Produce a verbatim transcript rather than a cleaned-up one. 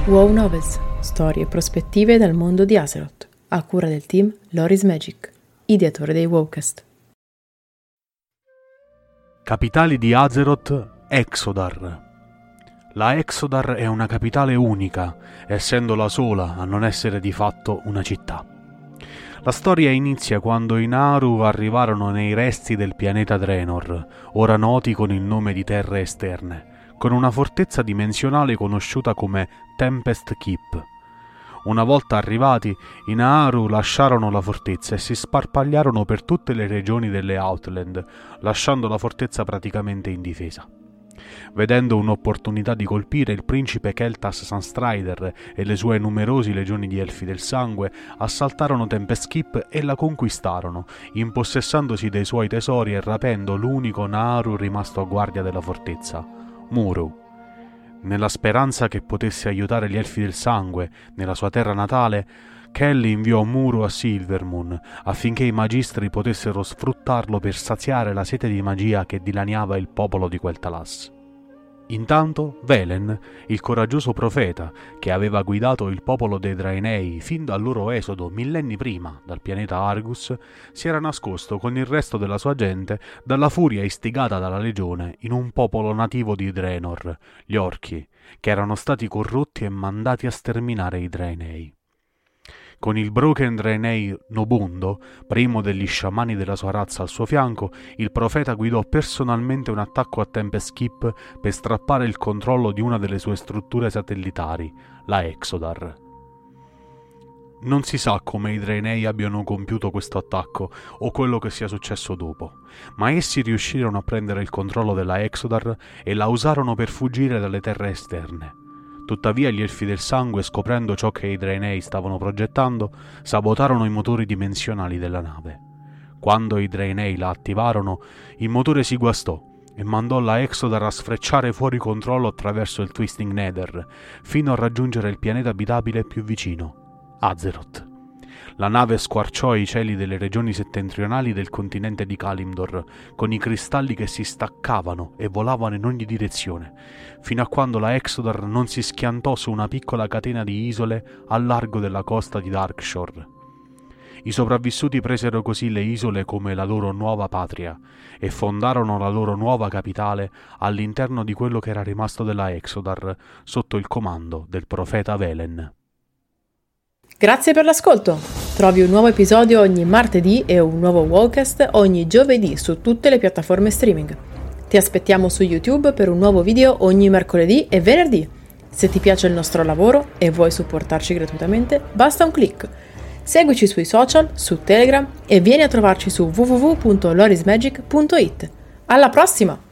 WoW Novels, storie e prospettive dal mondo di Azeroth, a cura del team Loris Magic, ideatore dei WoWcast. Capitali di Azeroth, Exodar. La Exodar è una capitale unica, essendo la sola a non essere di fatto una città. La storia inizia quando i Naaru arrivarono nei resti del pianeta Draenor, ora noti con il nome di Terre Esterne, con una fortezza dimensionale conosciuta come Tempest Keep. Una volta arrivati, i Naaru lasciarono la fortezza e si sparpagliarono per tutte le regioni delle Outland, lasciando la fortezza praticamente indifesa. Vedendo un'opportunità di colpire, il principe Keltas Sunstrider e le sue numerose legioni di Elfi del Sangue assaltarono Tempest Keep e la conquistarono, impossessandosi dei suoi tesori e rapendo l'unico Naaru rimasto a guardia della fortezza, Muru. Nella speranza che potesse aiutare gli Elfi del Sangue nella sua terra natale, Kelly inviò Muru a Silvermoon affinché i magistri potessero sfruttarlo per saziare la sete di magia che dilaniava il popolo di Quel'Thalas. Intanto Velen, il coraggioso profeta che aveva guidato il popolo dei Draenei fin dal loro esodo millenni prima dal pianeta Argus, si era nascosto con il resto della sua gente dalla furia istigata dalla legione in un popolo nativo di Draenor, gli Orchi, che erano stati corrotti e mandati a sterminare i Draenei. Con il Broken Draenei Nobundo, primo degli sciamani della sua razza al suo fianco, il profeta guidò personalmente un attacco a Tempest Keep per strappare il controllo di una delle sue strutture satellitari, la Exodar. Non si sa come i Draenei abbiano compiuto questo attacco o quello che sia successo dopo, ma essi riuscirono a prendere il controllo della Exodar e la usarono per fuggire dalle terre esterne. Tuttavia gli Elfi del Sangue, scoprendo ciò che i Draenei stavano progettando, sabotarono i motori dimensionali della nave. Quando i Draenei la attivarono, il motore si guastò e mandò la Exodar a sfrecciare fuori controllo attraverso il Twisting Nether, fino a raggiungere il pianeta abitabile più vicino, Azeroth. La nave squarciò i cieli delle regioni settentrionali del continente di Kalimdor, con i cristalli che si staccavano e volavano in ogni direzione, fino a quando la Exodar non si schiantò su una piccola catena di isole al largo della costa di Darkshore. I sopravvissuti presero così le isole come la loro nuova patria e fondarono la loro nuova capitale all'interno di quello che era rimasto della Exodar, sotto il comando del profeta Velen. Grazie per l'ascolto! Trovi un nuovo episodio ogni martedì e un nuovo WoWcast ogni giovedì su tutte le piattaforme streaming. Ti aspettiamo su YouTube per un nuovo video ogni mercoledì e venerdì. Se ti piace il nostro lavoro e vuoi supportarci gratuitamente, basta un click. Seguici sui social, su Telegram e vieni a trovarci su w w w punto loris magic punto i t. Alla prossima!